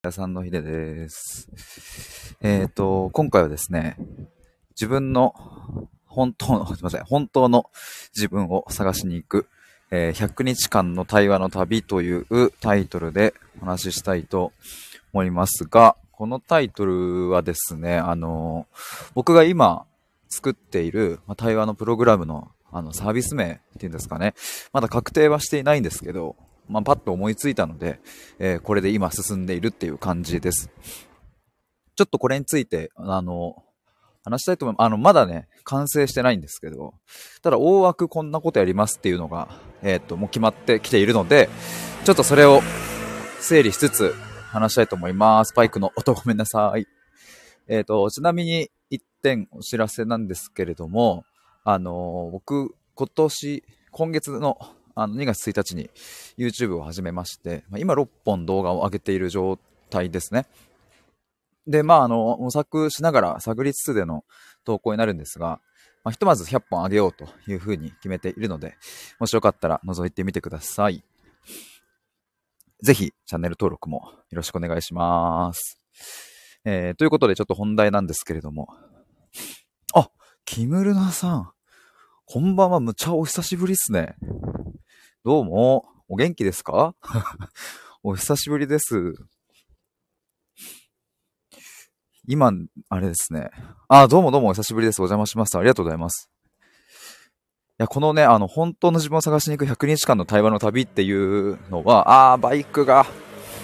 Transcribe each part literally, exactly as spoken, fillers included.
屋さんのひでです。えっと、今回はですね、自分の本当の、すみません、本当の自分を探しに行く、えーひゃくにちかんの対話の旅というタイトルでお話ししたいと思いますが、このタイトルはですね、あの、僕が今作っているまあ対話のプログラムのあのサービス名っていうんですかね、まだ確定はしていないんですけど、まあ、パッと思いついたので、えーこれで今進んでいるっていう感じです。ちょっとこれについて、あの、話したいと思います。あの、まだね、完成してないんですけど、ただ大枠こんなことやりますっていうのが、えーっと、もう決まってきているので、ちょっとそれを整理しつつ話したいと思います。パイクの音ごめんなさい。えーっと、ちなみに一点お知らせなんですけれども、あの、僕、今年、今月のあのにがつついたちに YouTube を始めまして、まあ今ろっぽん動画を上げている状態ですね。で、まあ、あの、模索しながら探りつつでの投稿になるんですが、まあ、ひとまずひゃっぽんあげようというふうに決めているので、もしよかったら覗いてみてください。ぜひ、チャンネル登録もよろしくお願いします。えー、ということで、ちょっと本題なんですけれども。あ、キムルナさん。こんばんは、むちゃお久しぶりっすね。どうも、お元気ですか？お久しぶりです。今、あれですね。あ、どうもどうもお久しぶりです。お邪魔します。ありがとうございます。いや、このね、あの、本当の自分を探しに行くひゃくにちかんの対話の旅っていうのは、あー、バイクが、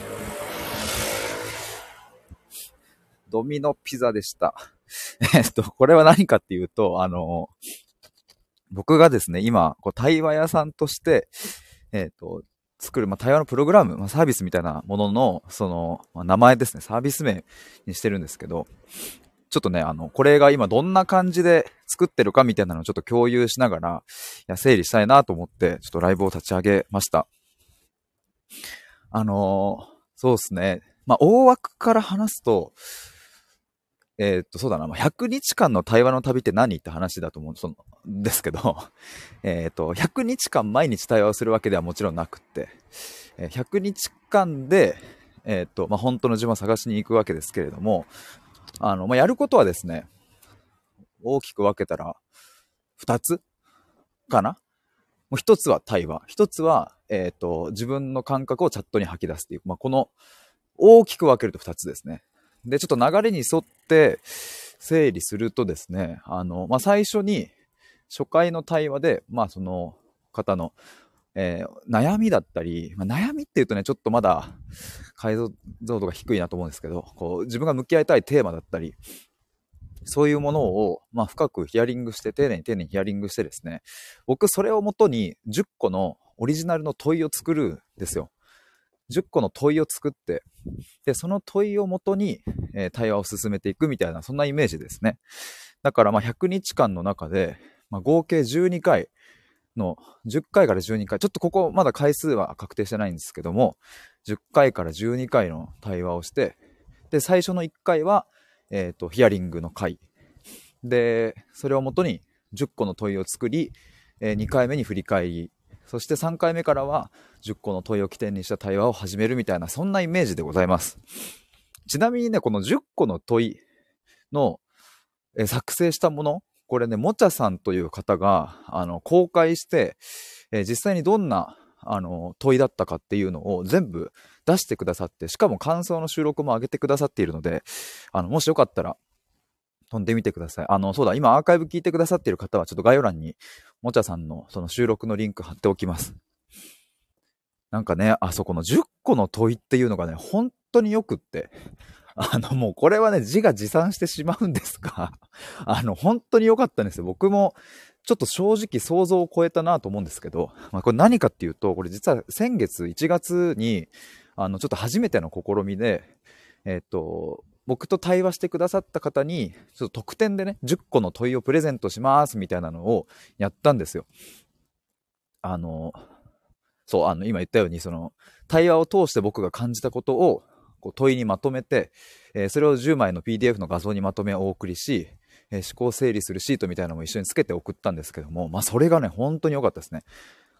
ドミノピザでした。えっと、これは何かっていうと、あの、僕がですね、今、こう対話屋さんとして、えっと、作る、まあ、対話のプログラム、まあ、サービスみたいなものの、その、まあ、名前ですね、サービス名にしてるんですけど、ちょっとね、あの、これが今どんな感じで作ってるかみたいなのをちょっと共有しながら、いや、整理したいなと思って、ちょっとライブを立ち上げました。あのーそうですね。まあ、大枠から話すと、えーっと、そうだな、まあ、ひゃくにちかんの対話の旅って何って話だと思うんそのですけど、えーっと、ひゃくにちかん毎日対話をするわけではもちろんなくって、えーひゃくにちかんで、えーっと、まあ、本当の自分を探しに行くわけですけれども、あの、まあ、やることはですね、大きく分けたらふたつかな。もうひとつは対話。ひとつは、えっと、自分の感覚をチャットに吐き出すっていう、まあ、この大きく分けるとふたつですね。で、ちょっと流れに沿って整理するとですね、あの、まあ、最初に初回の対話で、まあ、その方の、えー悩みだったり、まあ、悩みっていうとね、ちょっとまだ解像度が低いなと思うんですけど、こう、自分が向き合いたいテーマだったり、そういうものを、まあ、深くヒアリングして、丁寧に丁寧にヒアリングしてですね、僕それをもとにじゅっこのオリジナルの問いを作るんですよ。じゅっこの問いを作って、で、その問いをもとに、えー対話を進めていくみたいな、そんなイメージですね。だから、まあ、ひゃくにちかんの中で、まあ、合計じゅうにかいの、じゅっかいからじゅうにかい、ちょっとここまだ回数は確定してないんですけども、じゅっかいからじゅうにかいの対話をして、で、最初のいっかいは、えっと、ヒアリングの回。で、それをもとにじゅっこの問いを作り、えーにかいめに振り返り、そしてさんかいめからはじゅっこの問いを起点にした対話を始めるみたいな、そんなイメージでございます。ちなみにね、このじゅっこの問いの、えー作成したもの、これね、もちゃさんという方があの公開して、えー実際にどんなあの問いだったかっていうのを全部出してくださって、しかも感想の収録も上げてくださっているので、あのもしよかったら飛んでみてください。あの、そうだ、今アーカイブ聞いてくださっている方は、ちょっと概要欄に、もちゃさんのその収録のリンク貼っておきます。なんかね、あそこのじゅっこの問いっていうのがね、本当によくって、あの、もうこれはね、自画自賛してしまうんですが、あの、本当に良かったんですよ。僕も、ちょっと正直想像を超えたなと思うんですけど、まあ、これ何かっていうと、これ実は先月いちがつに、あの、ちょっと初めての試みで、えっと、僕と対話してくださった方に、ちょっと特典でね、じゅっこの問いをプレゼントしますみたいなのをやったんですよ。あの、そう、あの、今言ったように、その、対話を通して僕が感じたことをこう問いにまとめて、えーそれをじゅうまいの ピーディーエフ の画像にまとめお送りし、えー思考整理するシートみたいなのも一緒につけて送ったんですけども、まあ、それがね、本当に良かったですね。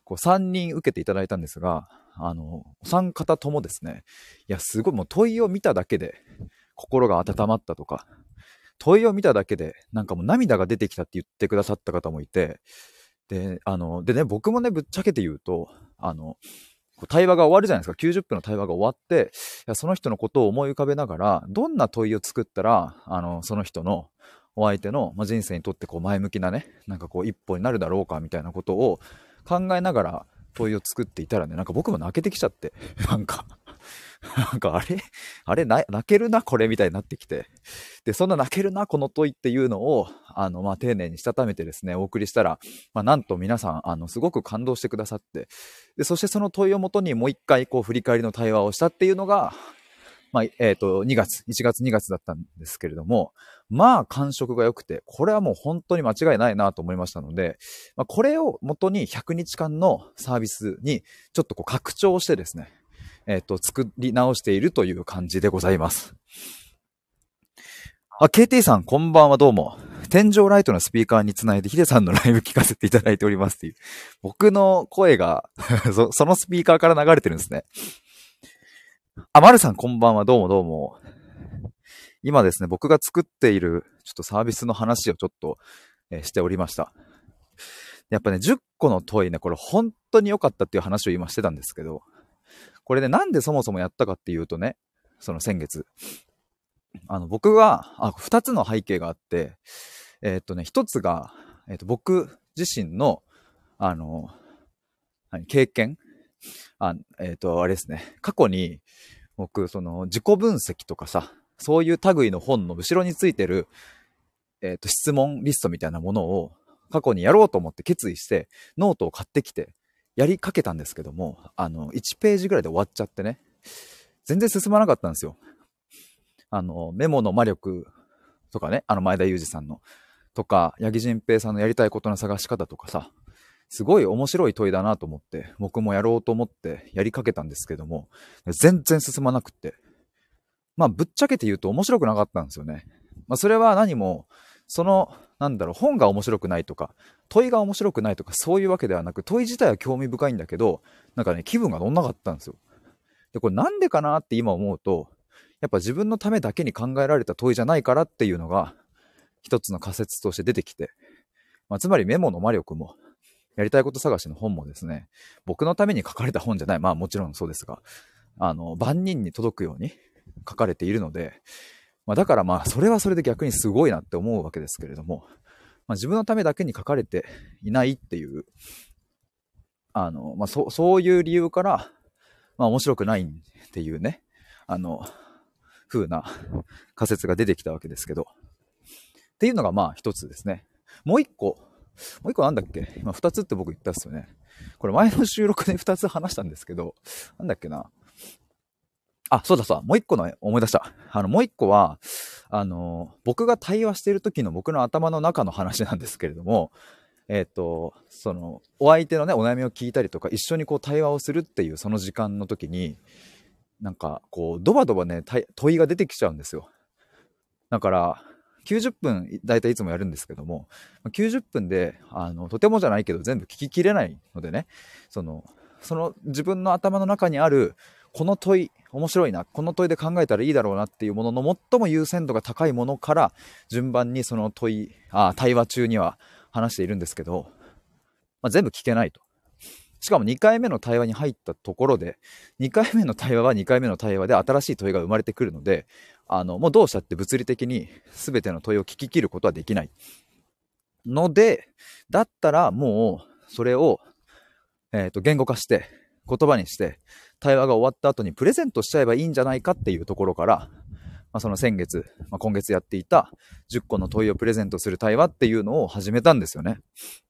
こうさんにん受けていただいたんですが、あの、お三方ともですね、いや、すごいもう問いを見ただけで心が温まったとか、問いを見ただけでなんかもう涙が出てきたって言ってくださった方もいて、で、あの、でね、僕もね、ぶっちゃけて言うと、あの、こう対話が終わるじゃないですか。きゅうじゅっぷんの対話が終わって、いやその人のことを思い浮かべながら、どんな問いを作ったら、あの、その人のお相手の、まあ、人生にとってこう前向きなね、なんかこう一歩になるだろうかみたいなことを考えながら問いを作っていたらね、なんか僕も泣けてきちゃって、なんか、なんかあれあれな泣けるなこれみたいになってきて、でそんな泣けるなこの問いっていうのをあの、まあ、丁寧にしたためてですねお送りしたら、まあ、なんと皆さんあのすごく感動してくださって、でそしてその問いをもとにもう一回こう振り返りの対話をしたっていうのが、まあえー、とにがついちがつにがつだったんですけれども、まあ感触が良くて、これはもう本当に間違いないなと思いましたので、まあ、これをもとにひゃくにちかんのサービスにちょっとこう拡張してですね、えっと、作り直しているという感じでございます。あ、ケーティー さん、こんばんは、どうも。天井ライトのスピーカーにつないでヒデさんのライブ聞かせていただいておりますっていう。僕の声がそ、そのスピーカーから流れてるんですね。あ、まるさん、こんばんは、どうもどうも。今ですね、僕が作っているちょっとサービスの話をちょっと、えーしておりました。やっぱね、じゅっこの問いね、これ本当に良かったっていう話を今してたんですけど、これね、なんでそもそもやったかっていうとね、その先月、あの、僕が、あ、二つの背景があって、えーっとね、一つが、えーっと、僕自身の、あの、何経験あ、えーっと、あれですね、過去に、僕、その、自己分析とかさ、そういう類の本の後ろについてる、えーっと、質問リストみたいなものを、過去にやろうと思って決意して、ノートを買ってきて、やりかけたんですけども、あの、いちページぐらいで終わっちゃってね、全然進まなかったんですよ。あの、メモの魔力とかね、あの前田裕二さんの、とか、八木仁平さんのやりたいことの探し方とかさ、すごい面白い問いだなと思って、僕もやろうと思ってやりかけたんですけども、全然進まなくって。まあ、ぶっちゃけて言うと面白くなかったんですよね。まあ、それは何も、その、なんだろう、本が面白くないとか、問いが面白くないとか、そういうわけではなく、問い自体は興味深いんだけど、なんかね、気分が乗んなかったんですよ。で、これなんでかなって今思うと、やっぱ自分のためだけに考えられた問いじゃないからっていうのが、一つの仮説として出てきて、まあ、つまりメモの魔力も、やりたいこと探しの本もですね、僕のために書かれた本じゃない、まあもちろんそうですが、あの、万人に届くように書かれているので、まあだからまあそれはそれで逆にすごいなって思うわけですけれども、まあ自分のためだけに書かれていないっていう、あの、まあそ、そういう理由から、まあ面白くないっていうね、あの、風な仮説が出てきたわけですけど、っていうのがまあ一つですね。もう一個、もう一個なんだっけ今二つって僕言ったっすよね。これ前の収録で二つ話したんですけど、なんだっけな。あ、そうだそうだ。もう一個の思い出した。あの、もう一個は、あの、僕が対話している時の僕の頭の中の話なんですけれども、えっと、その、お相手のね、お悩みを聞いたりとか、一緒にこう対話をするっていうその時間の時に、なんか、こう、ドバドバね、問いが出てきちゃうんですよ。だから、きゅうじゅっぷん、だいたいいつもやるんですけども、きゅうじゅっぷんで、あの、とてもじゃないけど全部聞ききれないのでね、その、その自分の頭の中にある、この問い、面白いな、この問いで考えたらいいだろうなっていうものの最も優先度が高いものから、順番にその問い、あ、対話中には話しているんですけど、まあ、全部聞けないと。しかもにかいめの対話に入ったところで、にかいめの対話はにかいめの対話で新しい問いが生まれてくるので、あの、もうどうしたって物理的に全ての問いを聞き切ることはできないので、だったらもうそれを、えっと、言語化して、言葉にして、対話が終わった後にプレゼントしちゃえばいいんじゃないかっていうところから、まあ、その先月、まあ、今月やっていたじゅっこの問いをプレゼントする対話っていうのを始めたんですよね。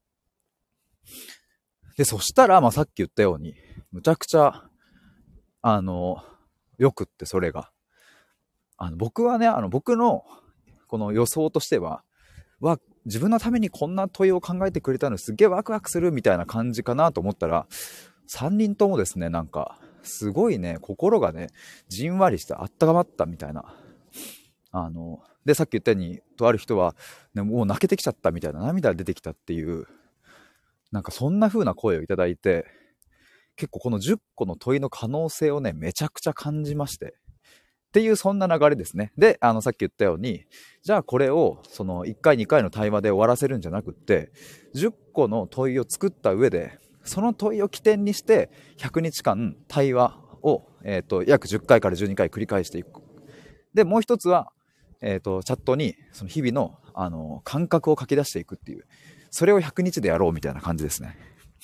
で、そしたら、まあ、さっき言ったように、むちゃくちゃ、あの、よくってそれが。あの、僕はね、あの、僕の、この予想としては、わ、自分のためにこんな問いを考えてくれたのすげえワクワクするみたいな感じかなと思ったら、さんにんともですね、なんか、すごいね、心がね、じんわりしてあったかまったみたいな。あの、で、さっき言ったように、とある人は、ね、もう泣けてきちゃったみたいな、涙出てきたっていう、 なんかそんな風な声をいただいて、結構このじゅっこの問いの可能性をね、めちゃくちゃ感じまして。っていうそんな流れですね。で、あのさっき言ったように、じゃあこれをそのいっかいにかいの対話で終わらせるんじゃなくって、じゅっこの問いを作った上で、その問いを起点にしてひゃくにちかん対話を、えー、と約じゅっかいからじゅうにかい繰り返していく。で、もう一つは、えー、とチャットにその日々の、あの感覚を書き出していくっていう、それをひゃくにちでやろうみたいな感じですね。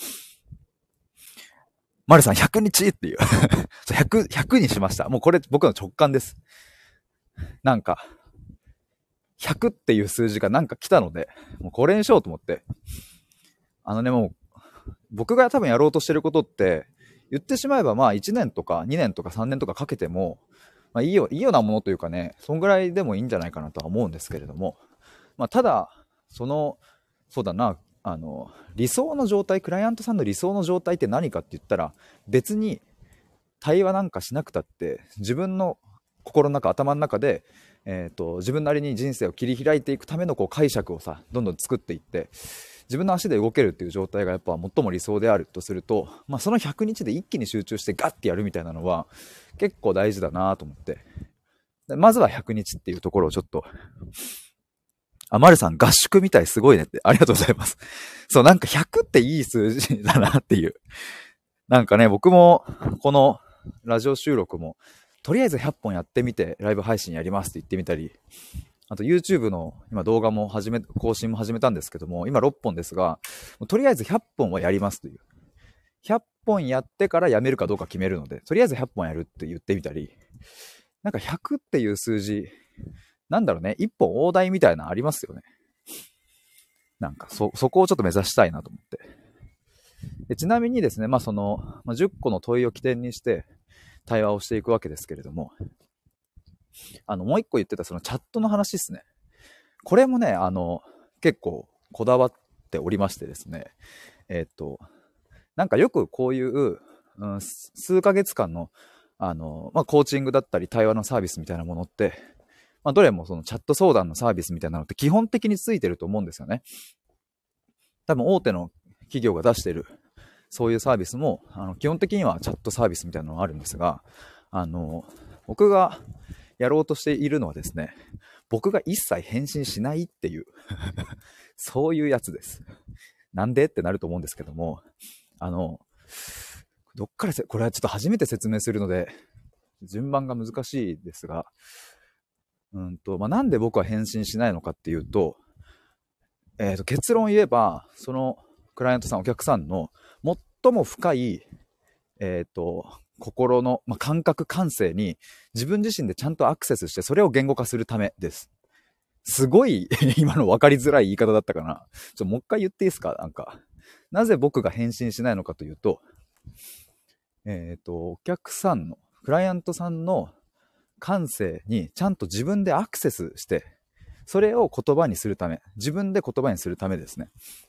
マルさんひゃくにちっていうひゃく、ひゃくにしました。もうこれ僕の直感です。なんかひゃくっていう数字がなんか来たので、もうこれにしようと思って。あのね、もう僕が多分やろうとしてることって、言ってしまえばまあいちねんとかにねんとかさんねんとかかけても、まあいいよ、いいようなものというかね、そんぐらいでもいいんじゃないかなとは思うんですけれども、まあただ、その、そうだな、あの、理想の状態、クライアントさんの理想の状態って何かって言ったら、別に対話なんかしなくたって、自分の心の中、頭の中で、えーと、自分なりに人生を切り開いていくためのこう解釈をさ、どんどん作っていって、自分の足で動けるっていう状態がやっぱ最も理想であるとすると、まあ、そのひゃくにちで一気に集中してガッてやるみたいなのは結構大事だなと思って、でまずはひゃくにちっていうところをちょっと、あ、まるさん合宿みたいすごいねって、ありがとうございます。そう、なんかひゃくっていい数字だなっていう。なんかね、僕もこのラジオ収録もとりあえずひゃっぽんやってみてライブ配信やりますって言ってみたり、あと YouTube の今動画も始め、更新も始めたんですけども、今ろっぽんですが、とりあえずひゃっぽんはやりますという。ひゃっぽんやってからやめるかどうか決めるので、とりあえずひゃっぽんやるって言ってみたり、なんかひゃくっていう数字、なんだろうね、一本大台みたいなのありますよね。なんかそ、そこをちょっと目指したいなと思って。でちなみにですね、まあその、まあ、じゅっこの問いを起点にして対話をしていくわけですけれども、あの、もう一個言ってたそのチャットの話ですね。これもね、あの、結構こだわっておりましてですね、えーっと、なんかよくこういう、うん、数ヶ月間の、あの、まあ、コーチングだったり対話のサービスみたいなものって、まあ、どれもそのチャット相談のサービスみたいなのって基本的についてると思うんですよね。多分大手の企業が出してるそういうサービスも、あの基本的にはチャットサービスみたいなのがあるんですが、あの、僕がやろうとしているのはですね、僕が一切返信しないっていうそういうやつです。なんでってなると思うんですけども、あの、どっからせ、これはちょっと初めて説明するので、順番が難しいですが、うんと、まあ、なんで僕は返信しないのかっていうと、えーと、結論を言えば、そのクライアントさん、お客さんの最も深い、えーと、心の、まあ、感覚感性に自分自身でちゃんとアクセスして、それを言語化するためです。すごい今の分かりづらい言い方だったかな。ちょ、もう一回言っていいですか？なんか、なぜ僕が返信しないのかというと、えっと、お客さんの、クライアントさんの感性にちゃんと自分でアクセスして、それを言葉にするため、自分で言葉にするためですね。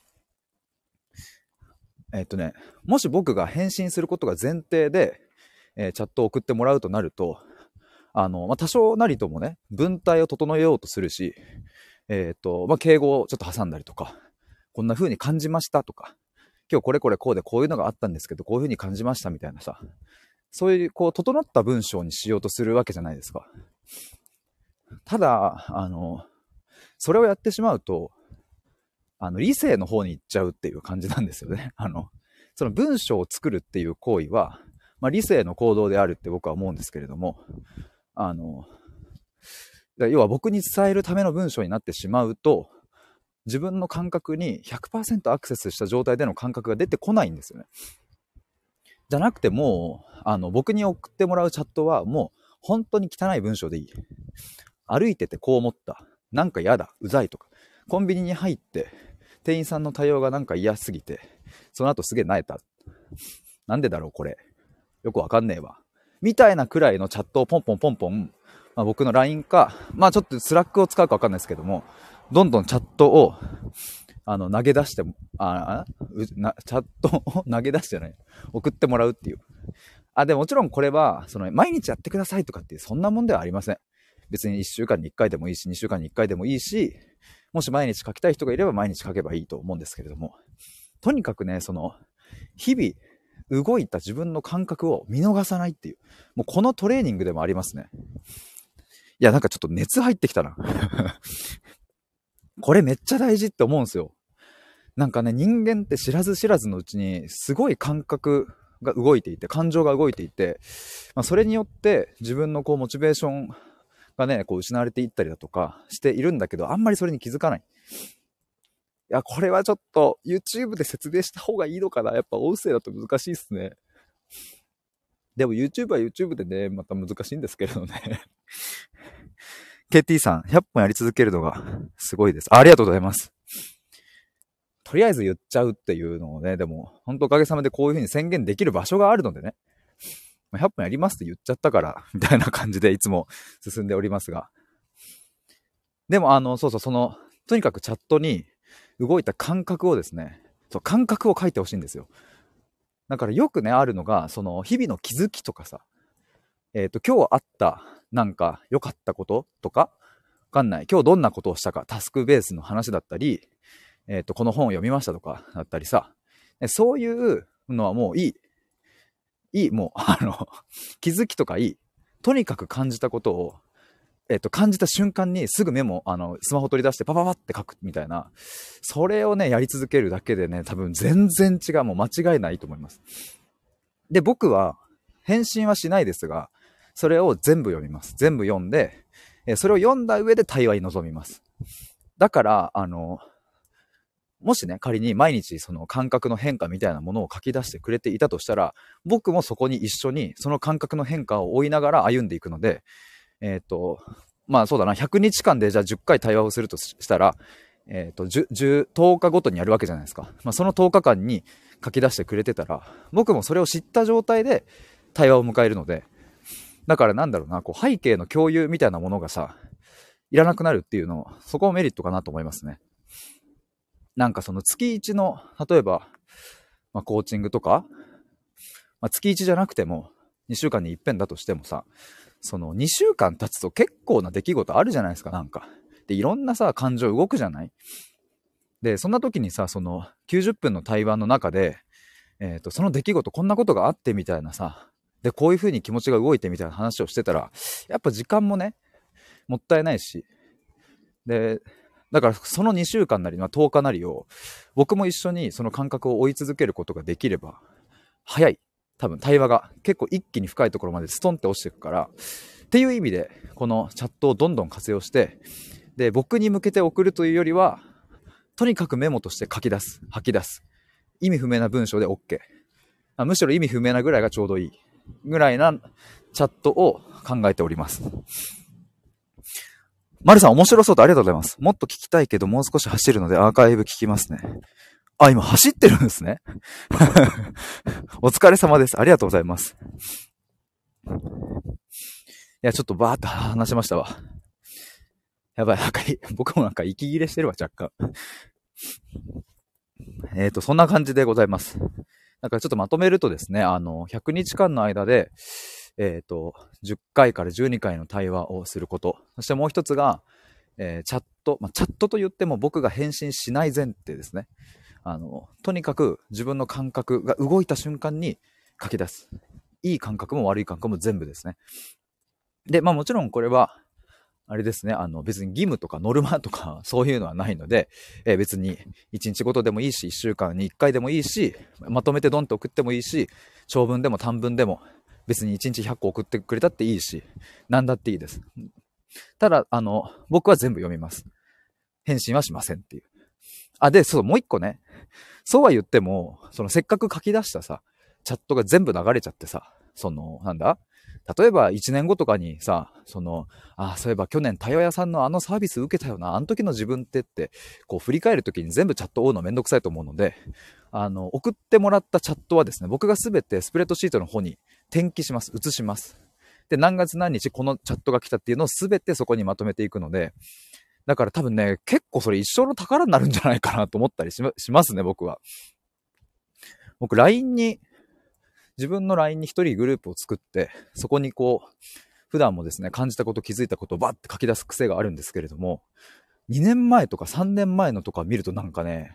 えっとね、もし僕が返信することが前提で、えーチャットを送ってもらうとなると、あの、まあ、多少なりともね、文体を整えようとするし、えっと、まあ、敬語をちょっと挟んだりとか、こんな風に感じましたとか、今日これこれこうでこういうのがあったんですけど、こういう風に感じましたみたいなさ、そういう、こう、整った文章にしようとするわけじゃないですか。ただ、あの、それをやってしまうと、あの、理性の方に行っちゃうっていう感じなんですよね。あの、その文章を作るっていう行為は、まあ、理性の行動であるって僕は思うんですけれども、あの、要は僕に伝えるための文章になってしまうと、自分の感覚に ひゃくパーセント アクセスした状態での感覚が出てこないんですよね。じゃなくてもう、あの、僕に送ってもらうチャットはもう本当に汚い文章でいい。歩いててこう思った。なんか嫌だ。うざいとか。コンビニに入って、店員さんの対応がなんか嫌すぎて、その後すげえ萎えた。なんでだろうこれ。よくわかんねえわ。みたいなくらいのチャットをポンポンポンポン、まあ、僕の ライン か、まあちょっとスラックを使うかわかんないですけども、どんどんチャットを、あの、投げ出しても、あ、な、チャットを投げ出してない。送ってもらうっていう。あ、でもちろんこれは、その、毎日やってくださいとかっていう、そんなもんではありません。別にいっしゅうかんにいっかいでもいいし、にしゅうかんにいっかいでもいいし、もし毎日書きたい人がいれば毎日書けばいいと思うんですけれども。 とにかくね、その、日々動いた自分の感覚を見逃さないっていう、もうこのトレーニングでもありますね。いや、なんかちょっと熱入ってきたな。これめっちゃ大事って思うんですよ。なんかね、人間って知らず知らずのうちに、すごい感覚が動いていて、感情が動いていて、まあ、それによって自分のこう、モチベーションがね、こう、失われていったりだとかしているんだけど、あんまりそれに気づかない。いや、これはちょっと YouTube で説明した方がいいのかな。やっぱ音声だと難しいっすね。でも YouTube は YouTube でね、また難しいんですけれどね。ケーティー さん、ひゃっぽんやり続けるのがすごいです。あ、ありがとうございます。とりあえず言っちゃうっていうのをね、でも、本当おかげさまでこういう風に宣言できる場所があるのでね。ひゃっぽんやりますって言っちゃったから、みたいな感じでいつも進んでおりますが。でも、あの、そうそう、その、とにかくチャットに動いた感覚をですね、そう、感覚を書いてほしいんですよ。だからよくね、あるのが、その、日々の気づきとかさ、えっと、今日あった、なんか、良かったこととか、わかんない。今日どんなことをしたか、タスクベースの話だったり、えっと、この本を読みましたとか、だったりさ、そういうのはもういい。いい、もう、あの、気づきとかいい。とにかく感じたことを、えっと、感じた瞬間にすぐメモ、あの、スマホ取り出してパパパって書くみたいな、それをね、やり続けるだけでね、多分全然違う、もう間違いないと思います。で、僕は、返信はしないですが、それを全部読みます。全部読んで、えそれを読んだ上で対話に臨みます。だから、あの、もしね、仮に毎日その感覚の変化みたいなものを書き出してくれていたとしたら、僕もそこに一緒にその感覚の変化を追いながら歩んでいくので、えっと、まあそうだな、ひゃくにちかんでじゃあじゅっかい対話をするとしたら、えっと、じゅう、とおかごとにやるわけじゃないですか。まあそのとおかかんに書き出してくれてたら、僕もそれを知った状態で対話を迎えるので、だからなんだろうな、こう背景の共有みたいなものがさ、いらなくなるっていうの、そこもメリットかなと思いますね。なんかその月いちの、例えば、まあ、コーチングとか、まあ、月いちじゃなくても、にしゅうかんに一遍だとしてもさ、そのにしゅうかん経つと結構な出来事あるじゃないですか、なんか。で、いろんなさ、感情動くじゃない？で、そんな時にさ、そのきゅうじゅっぷんの対話の中で、えっと、その出来事こんなことがあってみたいなさ、で、こういう風に気持ちが動いてみたいな話をしてたら、やっぱ時間もね、もったいないし、で、だからそのにしゅうかんなり、まあ、とおかなりを、僕も一緒にその感覚を追い続けることができれば、早い。多分対話が結構一気に深いところまでストンって落ちていくから、っていう意味で、このチャットをどんどん活用して、で、僕に向けて送るというよりは、とにかくメモとして書き出す、吐き出す。意味不明な文章で OK。むしろ意味不明なぐらいがちょうどいい。ぐらいなチャットを考えております。マルさん面白そうとありがとうございます。もっと聞きたいけどもう少し走るのでアーカイブ聞きますね。あ、今走ってるんですね。お疲れ様です。ありがとうございます。いや、ちょっとバーッと話しましたわ。やばい、なんか、僕もなんか息切れしてるわ、若干。えっと、そんな感じでございます。なんかちょっとまとめるとですね、あの、ひゃくにちかんの間で、えっと、じゅっかいからじゅうにかいの対話をすること。そしてもう一つが、えー、チャット。まあ、チャットと言っても僕が返信しない前提ですね。あの、とにかく自分の感覚が動いた瞬間に書き出す。いい感覚も悪い感覚も全部ですね。で、まあもちろんこれは、あれですね、あの別に義務とかノルマとかそういうのはないので、えー、別にいちにちごとでもいいし、いっしゅうかんにいっかいでもいいし、まとめてドンと送ってもいいし、長文でも短文でも別にいちにちひゃっこ送ってくれたっていいし、なんだっていいです。ただ、あの、僕は全部読みます。返信はしませんっていう。あ、で、そう、もう一個ね。そうは言っても、そのせっかく書き出したさ、チャットが全部流れちゃってさ、その、なんだ例えばいちねんごとかにさ、その、あ、そういえば去年対話屋さんのあのサービス受けたよな、あの時の自分ってって、こう振り返る時に全部チャットを追うのめんどくさいと思うので、あの、送ってもらったチャットはですね、僕がすべてスプレッドシートの方に転記します、移します。で、何月何日このチャットが来たっていうのをすべてそこにまとめていくので、だから多分ね、結構それ一生の宝になるんじゃないかなと思ったりしま、しますね、僕は。僕、ライン に、自分の ライン に一人グループを作って、そこにこう、普段もですね、感じたこと気づいたことをバッて書き出す癖があるんですけれども、にねんまえとかさんねんまえのとか見るとなんかね、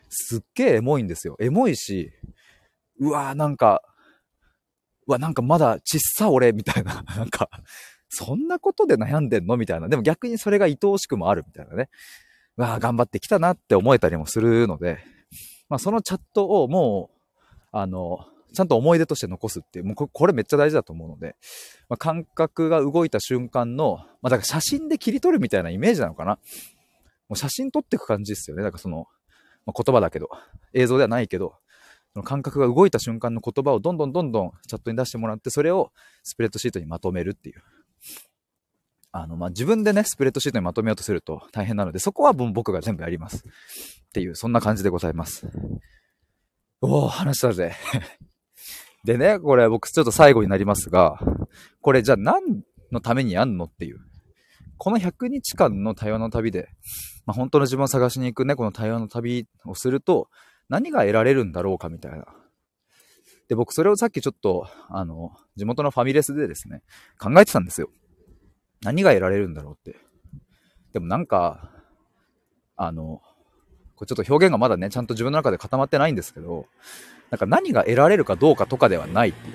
すっげえエモいんですよ。エモいし、うわーなんか、うわなんかまだちっさ俺みたいな、なんか、そんなことで悩んでんのみたいな。でも逆にそれが愛おしくもあるみたいなね。うわー頑張ってきたなって思えたりもするので、まあそのチャットをもう、あの、ちゃんと思い出として残すっていう、もうここれめっちゃ大事だと思うので、まあ、感覚が動いた瞬間の、まあだから写真で切り取るみたいなイメージなのかな。もう写真撮っていく感じですよね。だからその、まあ、言葉だけど、映像ではないけど、その感覚が動いた瞬間の言葉をどんどんどんどんチャットに出してもらって、それをスプレッドシートにまとめるっていう。あの、まあ、自分でね、スプレッドシートにまとめようとすると大変なので、そこは僕が全部やります。っていう、そんな感じでございます。おー、話したぜ。でね、これ僕ちょっと最後になりますが、これじゃあ何のためにやんのっていう。このひゃくにちかんの対話の旅で、まあ、本当の自分を探しに行くね、この対話の旅をすると、何が得られるんだろうかみたいな。で、僕それをさっきちょっと、あの、地元のファミレスでですね、考えてたんですよ。何が得られるんだろうって。でもなんか、あの、これちょっと表現がまだね、ちゃんと自分の中で固まってないんですけど、なんか何が得られるかどうかとかではないっていう。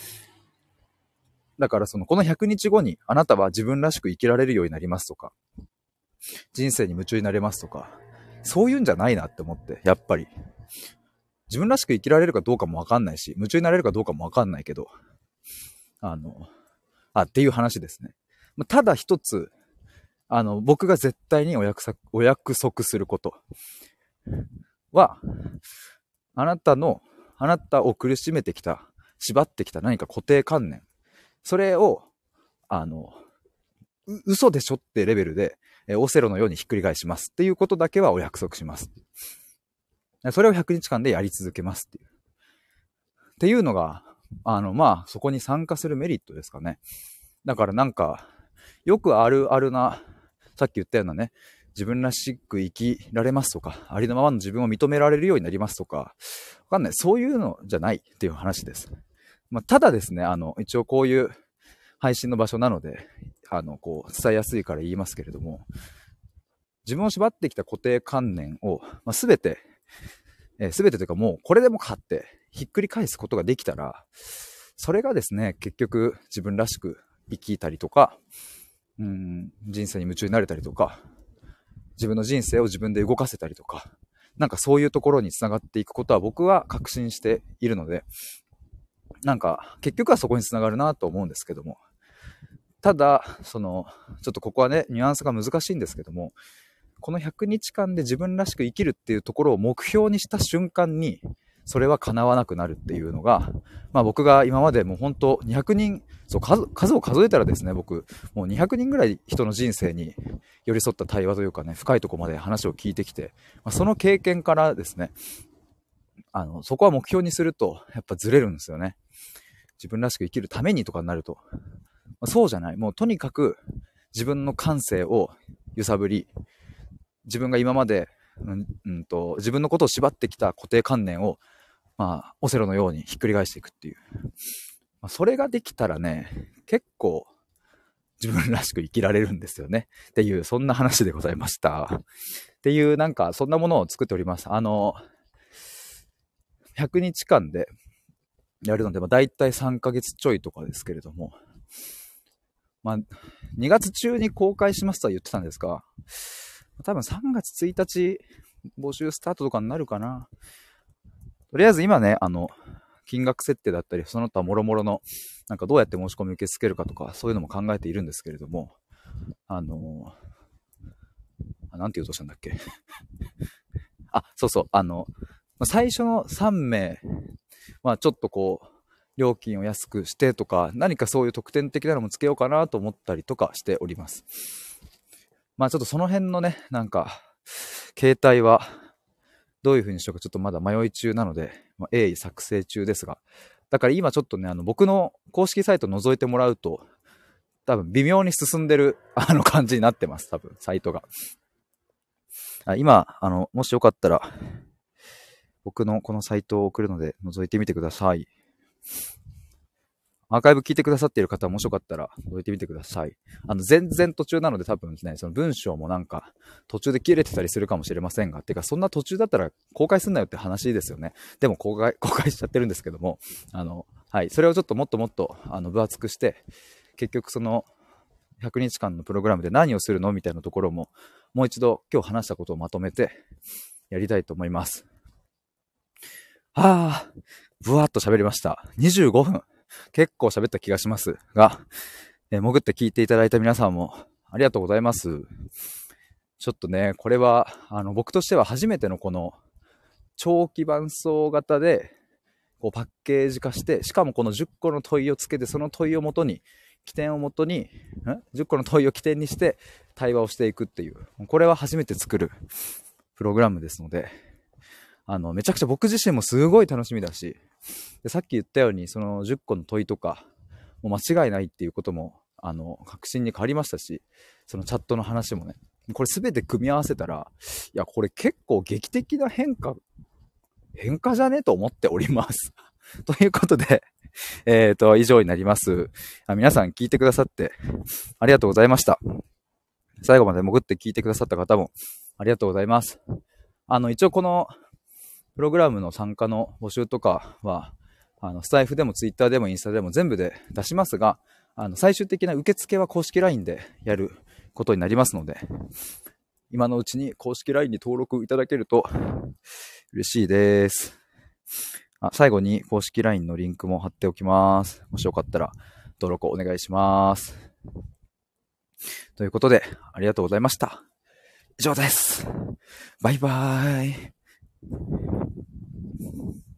だからその、このひゃくにちごにあなたは自分らしく生きられるようになりますとか、人生に夢中になれますとか、そういうんじゃないなって思って、やっぱり。自分らしく生きられるかどうかもわかんないし、夢中になれるかどうかもわかんないけど、あの、あ、っていう話ですね。ただ一つ、あの、僕が絶対にお約束、お約束することは、あなたの、あなたを苦しめてきた、縛ってきた何か固定観念、それを、あの、嘘でしょってレベルで、えオセロのようにひっくり返しますっていうことだけはお約束します。それをひゃくにちかんでやり続けますっていう。っていうのが、あの、まあ、そこに参加するメリットですかね。だからなんか、よくあるあるな、さっき言ったようなね、自分らしく生きられますとか、ありのままの自分を認められるようになりますとか、わかんない。そういうのじゃないっていう話です。まあ、ただですね、あの、一応こういう配信の場所なので、あの、こう、伝えやすいから言いますけれども、自分を縛ってきた固定観念を、まあ、全て、えー、全てというかもうこれでもかってひっくり返すことができたら、それがですね、結局自分らしく生きたりとか、うーん、人生に夢中になれたりとか、自分の人生を自分で動かせたりとか、なんかそういうところにつながっていくことは僕は確信しているので、なんか結局はそこにつながるなと思うんですけども、ただそのちょっとここはねニュアンスが難しいんですけども、このひゃくにちかんで自分らしく生きるっていうところを目標にした瞬間にそれは叶わなくなるっていうのが、まあ僕が今までもう本当にひゃくにん、そう数、数を数えたらですね、僕もうにひゃくにんぐらい人の人生に寄り添った対話というかね、深いところまで話を聞いてきて、まあ、その経験からですね、あの、そこは目標にするとやっぱずれるんですよね。自分らしく生きるためにとかになると、まあ、そうじゃない。もうとにかく自分の感性を揺さぶり、自分が今まで、うんうんと、自分のことを縛ってきた固定観念を、まあ、オセロのようにひっくり返していくっていう。まあ、それができたらね、結構自分らしく生きられるんですよね。っていう、そんな話でございました。っていう、なんか、そんなものを作っております。あの、ひゃくにちかんでやるので、まあ、だいたいさんかげつちょいとかですけれども、まあ、にがつ中に公開しますとは言ってたんですが、多分さんがつついたち募集スタートとかになるかな。とりあえず今ね、あの、金額設定だったり、その他諸々の、なんかどうやって申し込み受け付けるかとか、そういうのも考えているんですけれども、あの、あなんて言うとしたんだっけ。あ、そうそう、あの、最初のさんめい、まあちょっとこう、料金を安くしてとか、何かそういう特典的なのもつけようかなと思ったりとかしております。まあちょっとその辺のね、なんか、携帯は、どういう風にしようかちょっとまだ迷い中なので、まあ、鋭意作成中ですが、だから今ちょっとね、あの、僕の公式サイト覗いてもらうと、多分微妙に進んでる、あの感じになってます、多分、サイトが。あ今、あの、もしよかったら、僕のこのサイトを送るので、覗いてみてください。 アーカイブ聞いてくださっている方はもしよかったら覗いてみてください。あの、全然途中なので多分ね、その文章もなんか途中で切れてたりするかもしれませんが、てかそんな途中だったら公開すんなよって話ですよね。でも公開、公開しちゃってるんですけども、あの、はい、それをちょっともっともっとあの分厚くして、結局そのひゃくにちかんのプログラムで何をするのみたいなところも、もう一度今日話したことをまとめてやりたいと思います。はぁ、ぶわーっと喋りました。にじゅうごふん。結構喋った気がしますが、えー潜って聞いていただいた皆さんもありがとうございます。ちょっとね、これは、あの、僕としては初めてのこの、長期伴走型で、こうパッケージ化して、しかもこのじゅっこの問いをつけて、その問いをもとに、起点をもとに、ん ?じゅっ 個の問いを起点にして対話をしていくっていう、これは初めて作るプログラムですので、あの、めちゃくちゃ僕自身もすごい楽しみだし、でさっき言ったように、そのじゅっこの問いとか、もう間違いないっていうことも、あの、確信に変わりましたし、そのチャットの話もね、これすべて組み合わせたら、いや、これ結構劇的な変化、変化じゃねと思っております。ということで、えっと、以上になります。あ、皆さん聞いてくださってありがとうございました。最後まで潜って聞いてくださった方もありがとうございます。あの、一応このプログラムの参加の募集とかは、あの、スタイフでもツイッターでもインスタでも全部で出しますが、あの、最終的な受付は公式 ライン でやることになりますので、今のうちに公式 ライン に登録いただけると嬉しいです。あ、最後に公式 ライン のリンクも貼っておきます。もしよかったら登録お願いします。ということで、ありがとうございました。以上です。バイバーイ。